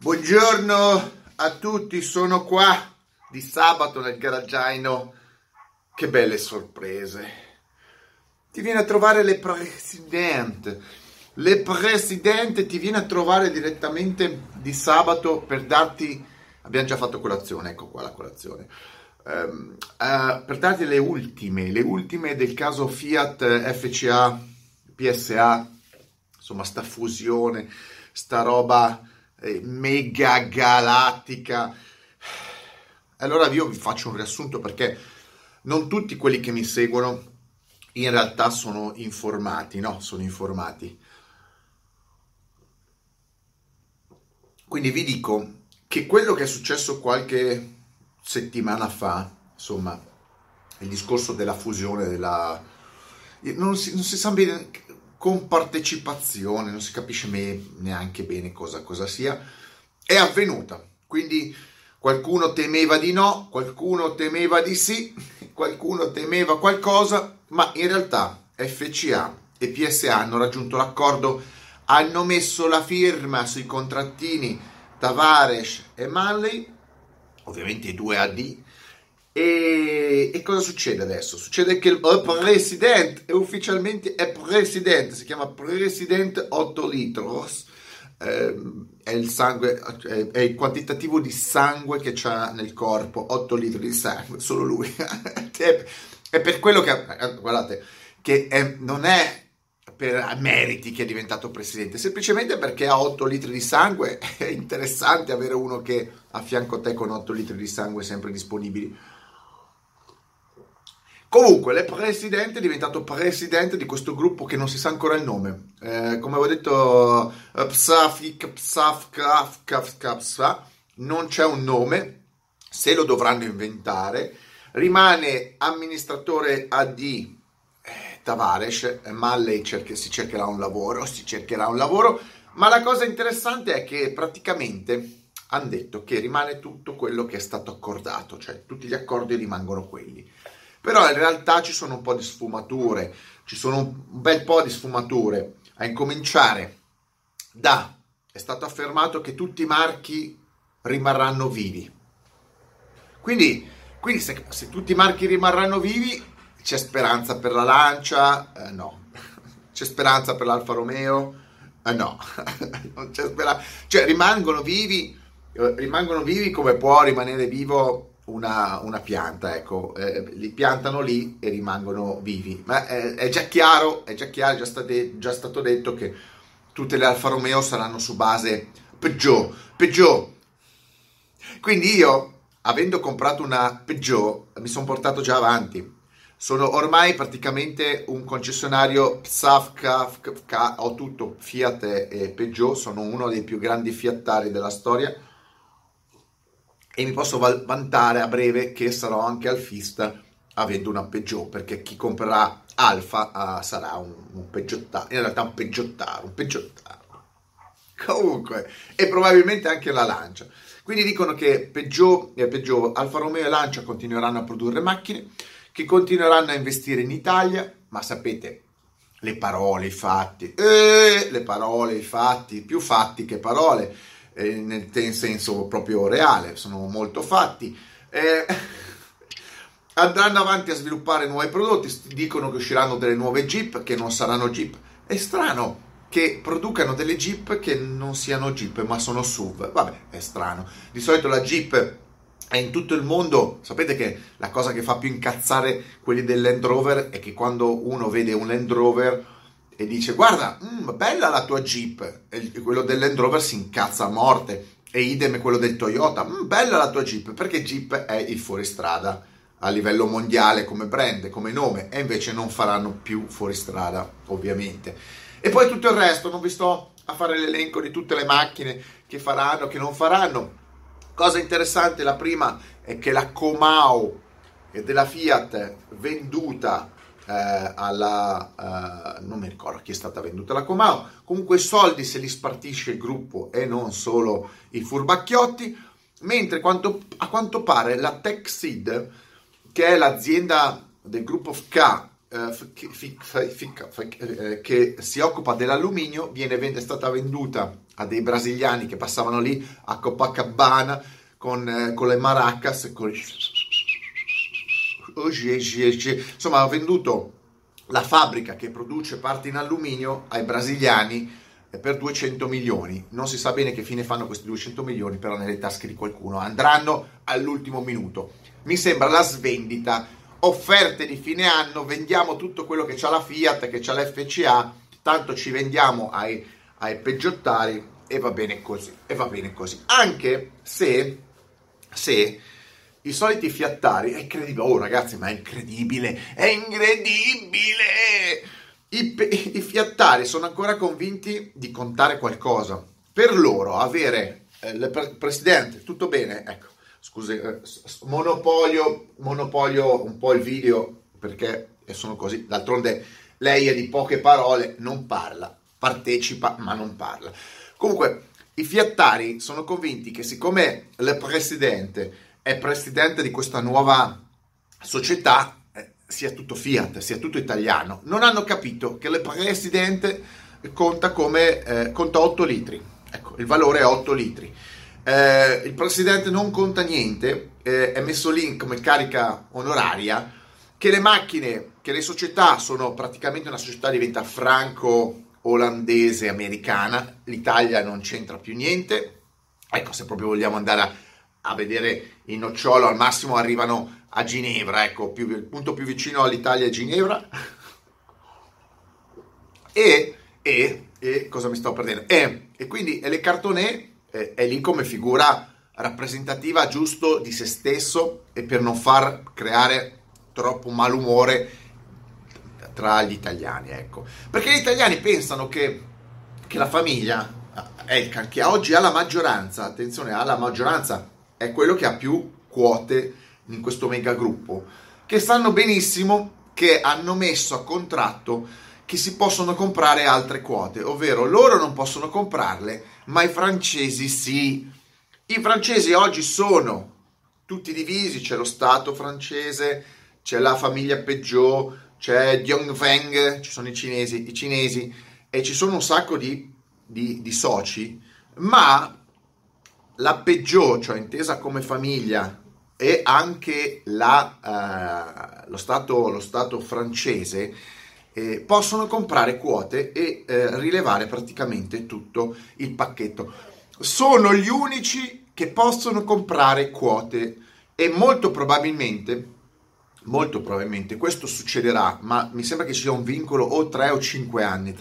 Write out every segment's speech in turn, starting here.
Buongiorno a tutti, sono qua di sabato nel garagiaino. Che belle sorprese. Ti viene a trovare le presidente. Le presidente ti viene a trovare direttamente di sabato per darti... Abbiamo già fatto colazione, ecco qua la colazione. Per darti le ultime del caso Fiat, FCA, PSA, insomma sta fusione, sta roba mega galattica. Allora io vi faccio un riassunto perché non tutti quelli che mi seguono in realtà sono informati, no? Sono informati. Quindi vi dico che quello che è successo qualche settimana fa, insomma, il discorso della fusione, non si sa bene, con partecipazione, non si capisce neanche bene cosa sia, è avvenuta. Quindi qualcuno temeva di no, qualcuno temeva di sì, qualcuno temeva qualcosa, ma in realtà FCA e PSA hanno raggiunto l'accordo, hanno messo la firma sui contrattini Tavares e Manley, ovviamente i due AD. E cosa succede adesso? Succede che il presidente è presidente, si chiama presidente 8 litros, è il sangue, è il quantitativo di sangue che c'ha nel corpo, 8 litri di sangue, solo lui. È per quello che, guardate, che non è per meriti che è diventato presidente, semplicemente perché ha 8 litri di sangue. È interessante avere uno che a fianco a te con 8 litri di sangue sempre disponibili. Comunque, è diventato presidente di questo gruppo che non si sa ancora il nome. Come avevo detto, non c'è un nome, se lo dovranno inventare. Rimane amministratore AD Tavares, Manley si cercherà un lavoro, ma la cosa interessante è che praticamente hanno detto che rimane tutto quello che è stato accordato, cioè tutti gli accordi rimangono quelli. Però in realtà ci sono un po' di sfumature, ci sono un bel po' di sfumature, a incominciare è stato affermato che tutti i marchi rimarranno vivi. Quindi se tutti i marchi rimarranno vivi, c'è speranza per la Lancia? No. C'è speranza per l'Alfa Romeo? No. Non c'è speranza. Cioè rimangono vivi come può rimanere vivo una pianta, ecco, li piantano lì e rimangono vivi, ma è già chiaro, è già stato detto che tutte le Alfa Romeo saranno su base Peugeot. Quindi io, avendo comprato una Peugeot, mi sono portato già avanti. Sono ormai praticamente un concessionario ho tutto Fiat e Peugeot, sono uno dei più grandi fiattari della storia. E mi posso vantare a breve che sarò anche alfista avendo una Peugeot, perché chi comprerà Alfa sarà un peggiottaro, in realtà un peggiottaro. Comunque, e probabilmente anche la Lancia. Quindi dicono che Peugeot, Alfa Romeo e Lancia continueranno a produrre macchine, che continueranno a investire in Italia, ma sapete, le parole, i fatti, più fatti che parole, nel senso proprio reale, sono molto fatti. Andranno avanti a sviluppare nuovi prodotti, dicono che usciranno delle nuove Jeep che non saranno Jeep. È strano che producano delle Jeep che non siano Jeep ma sono SUV. Vabbè, è strano. Di solito la Jeep è in tutto il mondo. Sapete che la cosa che fa più incazzare quelli del Land Rover è che quando uno vede un Land Rover e dice guarda, bella la tua Jeep, e quello del Land Rover si incazza a morte, e idem quello del Toyota, bella la tua Jeep, perché Jeep è il fuoristrada a livello mondiale come brand, come nome, e invece non faranno più fuoristrada ovviamente. E poi tutto il resto, non vi sto a fare l'elenco di tutte le macchine che faranno, che non faranno. Cosa interessante, la prima è che la Comau della Fiat venduta non mi ricordo chi è stata venduta la Comau, comunque i soldi se li spartisce il gruppo e non solo i furbacchiotti, mentre a quanto pare la Texid, che è l'azienda del gruppo FCA, che si occupa dell'alluminio è stata venduta a dei brasiliani che passavano lì a Copacabana con le maracas, insomma ha venduto la fabbrica che produce parti in alluminio ai brasiliani per 200 milioni. Non si sa bene che fine fanno questi 200 milioni, però nelle tasche di qualcuno andranno all'ultimo minuto. Mi sembra la svendita, offerte di fine anno, vendiamo tutto quello che c'ha la Fiat, che c'ha la FCA, tanto ci vendiamo ai peggiottari e va bene così. Anche se i soliti fiattari, è incredibile, oh ragazzi, ma è incredibile! I fiattari sono ancora convinti di contare qualcosa. Per loro avere il presidente, tutto bene, ecco, scusi, monopolio un po' il video, perché sono così, d'altronde lei è di poche parole, non parla, partecipa ma non parla. Comunque, i fiattari sono convinti che siccome il presidente è presidente di questa nuova società, sia tutto Fiat, sia tutto italiano. Non hanno capito che il presidente conta 8 litri. Ecco, il valore è 8 litri. Il presidente non conta niente, è messo lì come carica onoraria, che le macchine, che le società sono praticamente una società diventa franco-olandese, americana, l'Italia non c'entra più niente. Ecco, se proprio vogliamo andare a vedere il nocciolo, al massimo arrivano a Ginevra, ecco, il punto più vicino all'Italia è Ginevra. E cosa mi sto perdendo? E quindi Le Cartonnet è lì come figura rappresentativa giusto di se stesso e per non far creare troppo malumore tra gli italiani, ecco. Perché gli italiani pensano che la famiglia che oggi ha la maggioranza, attenzione, ha la maggioranza, è quello che ha più quote in questo megagruppo, che sanno benissimo che hanno messo a contratto che si possono comprare altre quote, ovvero loro non possono comprarle, ma i francesi sì. I francesi oggi sono tutti divisi, c'è lo Stato francese, c'è la famiglia Peugeot, c'è Dongfeng, ci sono i cinesi e ci sono un sacco di soci, ma la Peugeot, cioè intesa come famiglia, e anche lo Stato francese possono comprare quote e rilevare praticamente tutto il pacchetto. Sono gli unici che possono comprare quote e molto probabilmente questo succederà, ma mi sembra che ci sia un vincolo o 3 o 5 anni,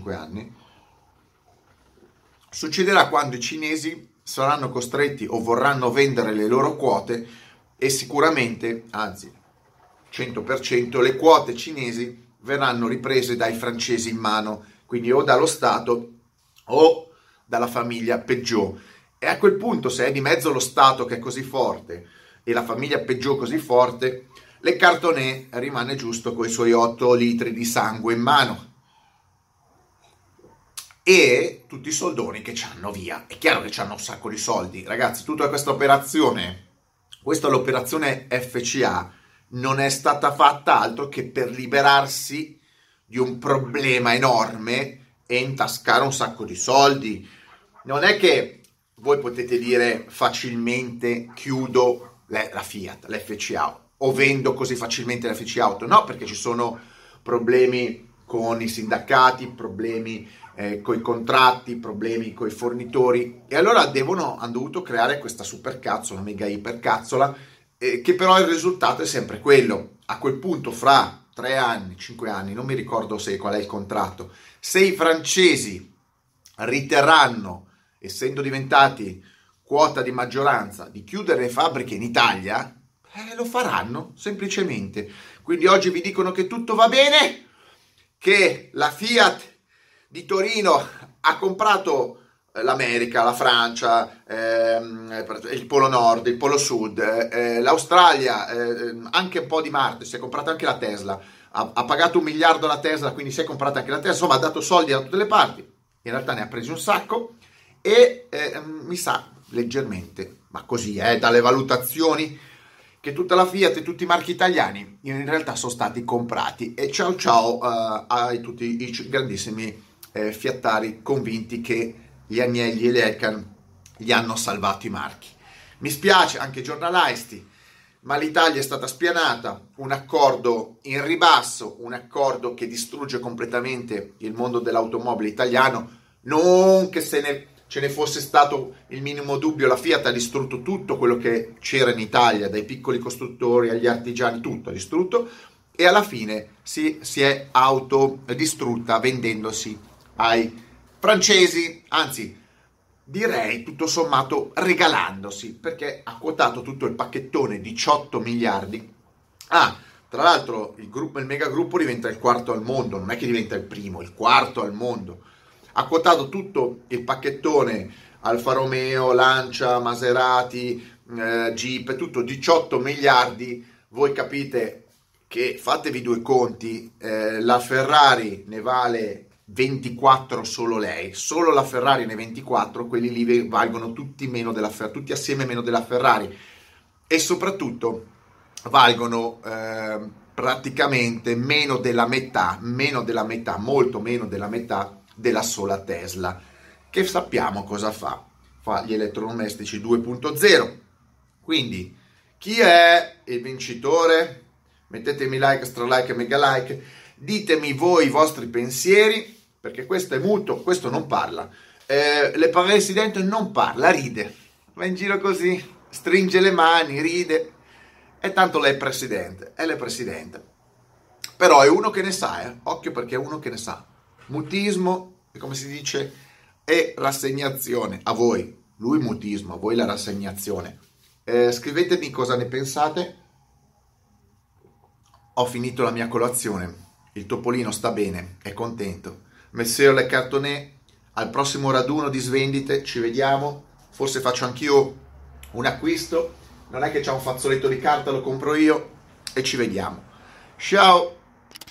succederà quando i cinesi saranno costretti o vorranno vendere le loro quote e sicuramente, anzi 100%, le quote cinesi verranno riprese dai francesi in mano, quindi o dallo Stato o dalla famiglia Peugeot. E a quel punto, se è di mezzo lo Stato che è così forte e la famiglia Peugeot così forte, Le Cartonnet rimane giusto con i suoi 8 litri di sangue in mano e tutti i soldoni che c'hanno via. È chiaro che c'hanno un sacco di soldi, ragazzi. Tutta questa operazione, questa è l'operazione FCA, non è stata fatta altro che per liberarsi di un problema enorme e intascare un sacco di soldi. Non è che voi potete dire facilmente chiudo la Fiat, l'FCA, o vendo così facilmente la FC Auto. No, perché ci sono problemi con i sindacati, problemi con i contratti, problemi con i fornitori, e allora hanno dovuto creare questa supercazzola, mega ipercazzola, che però il risultato è sempre quello. A quel punto, fra 3 anni, 5 anni, non mi ricordo qual è il contratto, se i francesi riterranno, essendo diventati quota di maggioranza, di chiudere le fabbriche in Italia, lo faranno semplicemente. Quindi oggi vi dicono che tutto va bene, che la Fiat di Torino ha comprato l'America, la Francia, il Polo Nord, il Polo Sud, l'Australia, anche un po' di Marte, si è comprata anche la Tesla, ha pagato 1 miliardo la Tesla, quindi si è comprata anche la Tesla, insomma ha dato soldi da tutte le parti, in realtà ne ha presi un sacco e mi sa leggermente, ma così dalle valutazioni che tutta la Fiat e tutti i marchi italiani in realtà sono stati comprati. E ciao ciao a tutti i grandissimi fiattari convinti che gli Agnelli e gli Elkann gli hanno salvato i marchi. Mi spiace, anche i giornalisti, ma l'Italia è stata spianata, un accordo in ribasso, un accordo che distrugge completamente il mondo dell'automobile italiano, non che ce ne fosse stato il minimo dubbio. La Fiat ha distrutto tutto quello che c'era in Italia, dai piccoli costruttori agli artigiani, tutto ha distrutto, e alla fine si è autodistrutta vendendosi ai francesi, anzi direi tutto sommato regalandosi, perché ha quotato tutto il pacchettone 18 miliardi. Tra l'altro il megagruppo diventa il quarto al mondo, non è che diventa il primo, il quarto al mondo. Ha quotato tutto il pacchettone Alfa Romeo, Lancia, Maserati, Jeep, tutto 18 miliardi. Voi capite che, fatevi due conti, la Ferrari ne vale 24 solo lei, solo la Ferrari ne 24, quelli lì valgono tutti meno della Ferrari, tutti assieme meno della Ferrari, e soprattutto valgono praticamente meno della metà, molto meno della metà della sola Tesla, che sappiamo cosa fa gli elettrodomestici 2.0. Quindi chi è il vincitore? Mettetemi like, stra like e mega like, ditemi voi i vostri pensieri, perché questo è muto, questo non parla, le presidente non parla, ride, va in giro così, stringe le mani, ride, e tanto lei è presidente, però è uno che ne sa, occhio, perché è uno che ne sa. Mutismo, come si dice, e rassegnazione. A voi, lui mutismo, a voi la rassegnazione. Scrivetemi cosa ne pensate. Ho finito la mia colazione, il topolino sta bene, è contento. Messer Le Cartonnet, al prossimo raduno di svendite ci vediamo, forse faccio anch'io un acquisto, non è che c'è un fazzoletto di carta, lo compro io, e ci vediamo. Ciao!